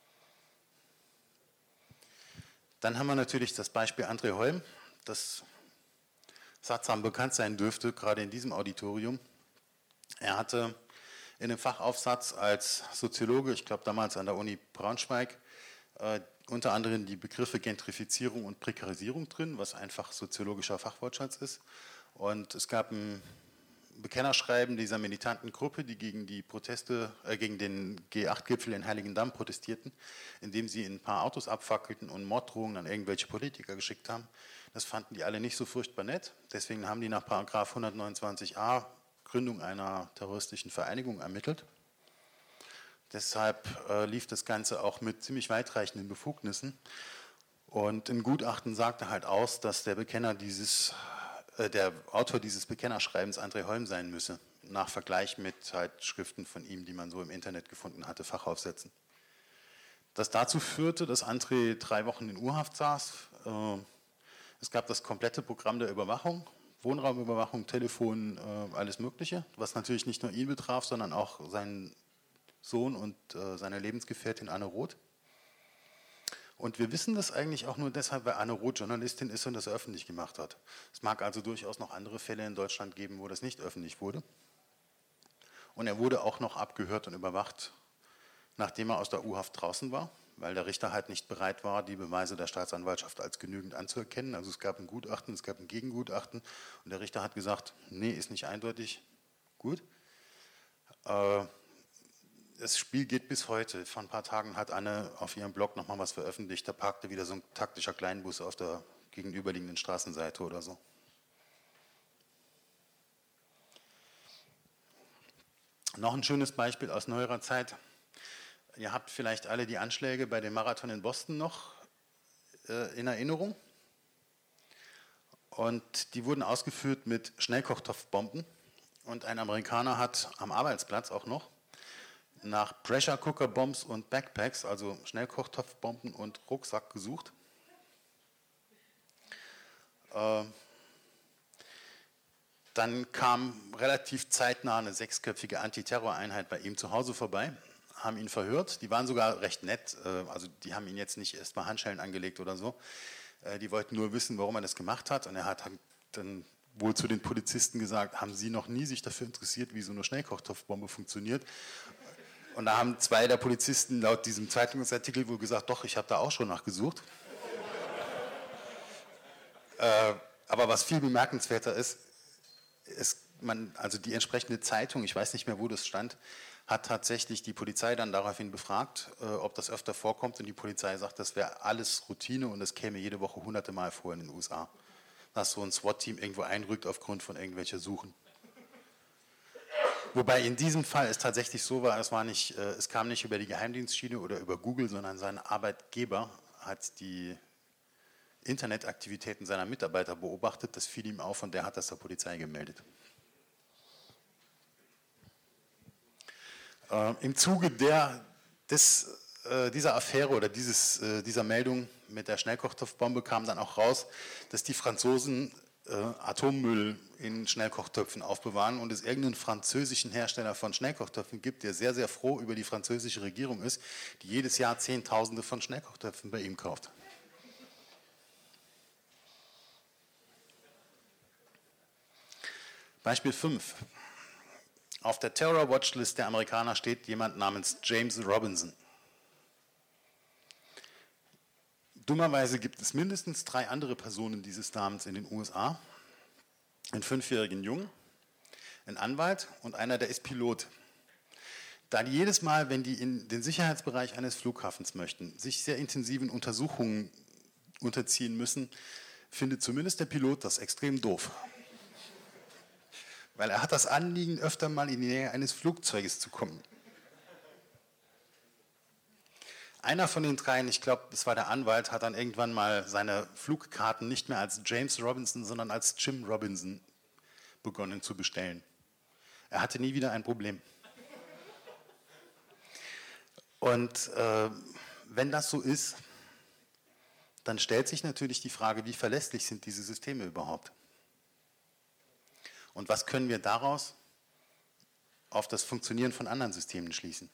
Dann haben wir natürlich das Beispiel André Holm, das sattsam bekannt sein dürfte, gerade in diesem Auditorium. Er hatte in einem Fachaufsatz als Soziologe, ich glaube damals an der Uni Braunschweig, äh, unter anderem die Begriffe Gentrifizierung und Prekarisierung drin, was einfach soziologischer Fachwortschatz ist. Und es gab ein Bekennerschreiben dieser militanten Gruppe, die gegen die Proteste, äh, gegen den G acht Gipfel in Heiligendamm protestierten, indem sie ein paar Autos abfackelten und Morddrohungen an irgendwelche Politiker geschickt haben. Das fanden die alle nicht so furchtbar nett. Deswegen haben die nach Paragraph hundertneunundzwanzig a Gründung einer terroristischen Vereinigung ermittelt. Deshalb äh, lief das Ganze auch mit ziemlich weitreichenden Befugnissen. Und ein Gutachten sagte halt aus, dass der Bekenner dieses der Autor dieses Bekennerschreibens André Holm sein müsse, nach Vergleich mit halt Schriften von ihm, die man so im Internet gefunden hatte, Fachaufsätzen. Das dazu führte, dass André drei Wochen in U-Haft saß. Es gab das komplette Programm der Überwachung, Wohnraumüberwachung, Telefon, alles Mögliche, was natürlich nicht nur ihn betraf, sondern auch seinen Sohn und seine Lebensgefährtin Anne Roth. Und wir wissen das eigentlich auch nur deshalb, weil Anne Roth Journalistin ist und das öffentlich gemacht hat. Es mag also durchaus noch andere Fälle in Deutschland geben, wo das nicht öffentlich wurde. Und er wurde auch noch abgehört und überwacht, nachdem er aus der U-Haft draußen war, weil der Richter halt nicht bereit war, die Beweise der Staatsanwaltschaft als genügend anzuerkennen. Also es gab ein Gutachten, es gab ein Gegengutachten und der Richter hat gesagt, nee, ist nicht eindeutig, gut. Äh, Das Spiel geht bis heute. Vor ein paar Tagen hat Anne auf ihrem Blog nochmal was veröffentlicht. Da parkte wieder so ein taktischer Kleinbus auf der gegenüberliegenden Straßenseite oder so. Noch ein schönes Beispiel aus neuerer Zeit. Ihr habt vielleicht alle die Anschläge bei dem Marathon in Boston noch äh, in Erinnerung. Und die wurden ausgeführt mit Schnellkochtopfbomben. Und ein Amerikaner hat am Arbeitsplatz auch noch nach Pressure Cooker Bombs und Backpacks, also Schnellkochtopfbomben und Rucksack gesucht. Äh, dann kam relativ zeitnah eine sechsköpfige Antiterroreinheit bei ihm zu Hause vorbei, haben ihn verhört. Die waren sogar recht nett, äh, also die haben ihn jetzt nicht erstmal Handschellen angelegt oder so. Äh, die wollten nur wissen, warum er das gemacht hat. Und er hat dann wohl zu den Polizisten gesagt, haben Sie noch nie sich dafür interessiert, wie so eine Schnellkochtopfbombe funktioniert? Und da haben zwei der Polizisten laut diesem Zeitungsartikel wohl gesagt, doch, ich habe da auch schon nachgesucht. äh, aber was viel bemerkenswerter ist, ist man, also die entsprechende Zeitung, ich weiß nicht mehr, wo das stand, hat tatsächlich die Polizei dann daraufhin befragt, äh, ob das öfter vorkommt. Und die Polizei sagt, das wäre alles Routine und das käme jede Woche hunderte Mal vor in den U S A. Dass so ein SWAT-Team irgendwo einrückt aufgrund von irgendwelcher Suchen. Wobei in diesem Fall es tatsächlich so war, es, war nicht, äh, es kam nicht über die Geheimdienstschiene oder über Google, sondern sein Arbeitgeber hat die Internetaktivitäten seiner Mitarbeiter beobachtet, das fiel ihm auf und der hat das der Polizei gemeldet. Äh, Im Zuge der, des, äh, dieser Affäre oder dieses, äh, dieser Meldung mit der Schnellkochtopfbombe kam dann auch raus, dass die Franzosen äh, Atommüll in Schnellkochtöpfen aufbewahren und es irgendeinen französischen Hersteller von Schnellkochtöpfen gibt, der sehr, sehr froh über die französische Regierung ist, die jedes Jahr Zehntausende von Schnellkochtöpfen bei ihm kauft. Beispiel fünf. Auf der Terror-Watchlist der Amerikaner steht jemand namens James Robinson. Dummerweise gibt es mindestens drei andere Personen dieses Namens in den U S A. Einen fünfjährigen Jungen, einen Anwalt und einer, der ist Pilot. Da die jedes Mal, wenn die in den Sicherheitsbereich eines Flughafens möchten, sich sehr intensiven Untersuchungen unterziehen müssen, findet zumindest der Pilot das extrem doof. Weil er hat das Anliegen, öfter mal in die Nähe eines Flugzeuges zu kommen. Einer von den dreien, ich glaube, es war der Anwalt, hat dann irgendwann mal seine Flugkarten nicht mehr als James Robinson, sondern als Jim Robinson begonnen zu bestellen. Er hatte nie wieder ein Problem. Und äh, wenn das so ist, dann stellt sich natürlich die Frage, wie verlässlich sind diese Systeme überhaupt? Und was können wir daraus auf das Funktionieren von anderen Systemen schließen?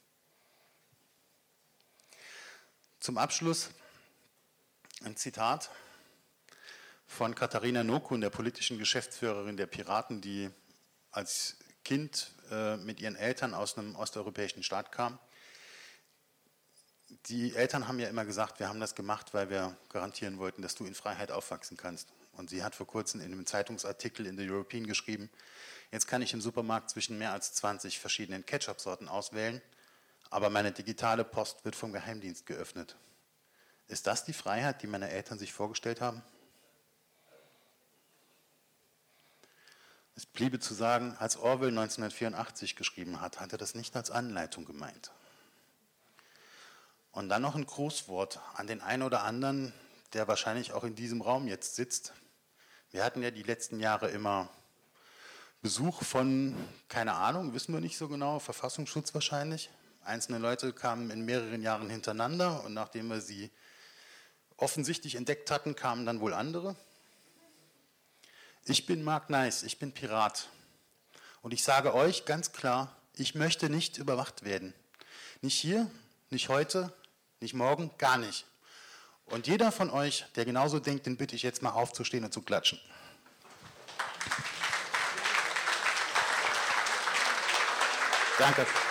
Zum Abschluss ein Zitat von Katharina Nokun, der politischen Geschäftsführerin der Piraten, die als Kind äh, mit ihren Eltern aus einem osteuropäischen Staat kam. Die Eltern haben ja immer gesagt, wir haben das gemacht, weil wir garantieren wollten, dass du in Freiheit aufwachsen kannst. Und sie hat vor kurzem in einem Zeitungsartikel in The European geschrieben, jetzt kann ich im Supermarkt zwischen mehr als zwanzig verschiedenen Ketchup-Sorten auswählen, aber meine digitale Post wird vom Geheimdienst geöffnet. Ist das die Freiheit, die meine Eltern sich vorgestellt haben? Es bliebe zu sagen, als Orwell neunzehnhundertvierundachtzig geschrieben hat, hat er das nicht als Anleitung gemeint. Und dann noch ein Grußwort an den einen oder anderen, der wahrscheinlich auch in diesem Raum jetzt sitzt. Wir hatten ja die letzten Jahre immer Besuch von, keine Ahnung, wissen wir nicht so genau, Verfassungsschutz wahrscheinlich. Einzelne Leute kamen in mehreren Jahren hintereinander und nachdem wir sie offensichtlich entdeckt hatten, kamen dann wohl andere. Ich bin Mark Neis, ich bin Pirat. Und ich sage euch ganz klar, ich möchte nicht überwacht werden. Nicht hier, nicht heute, nicht morgen, gar nicht. Und jeder von euch, der genauso denkt, den bitte ich jetzt mal aufzustehen und zu klatschen. Danke.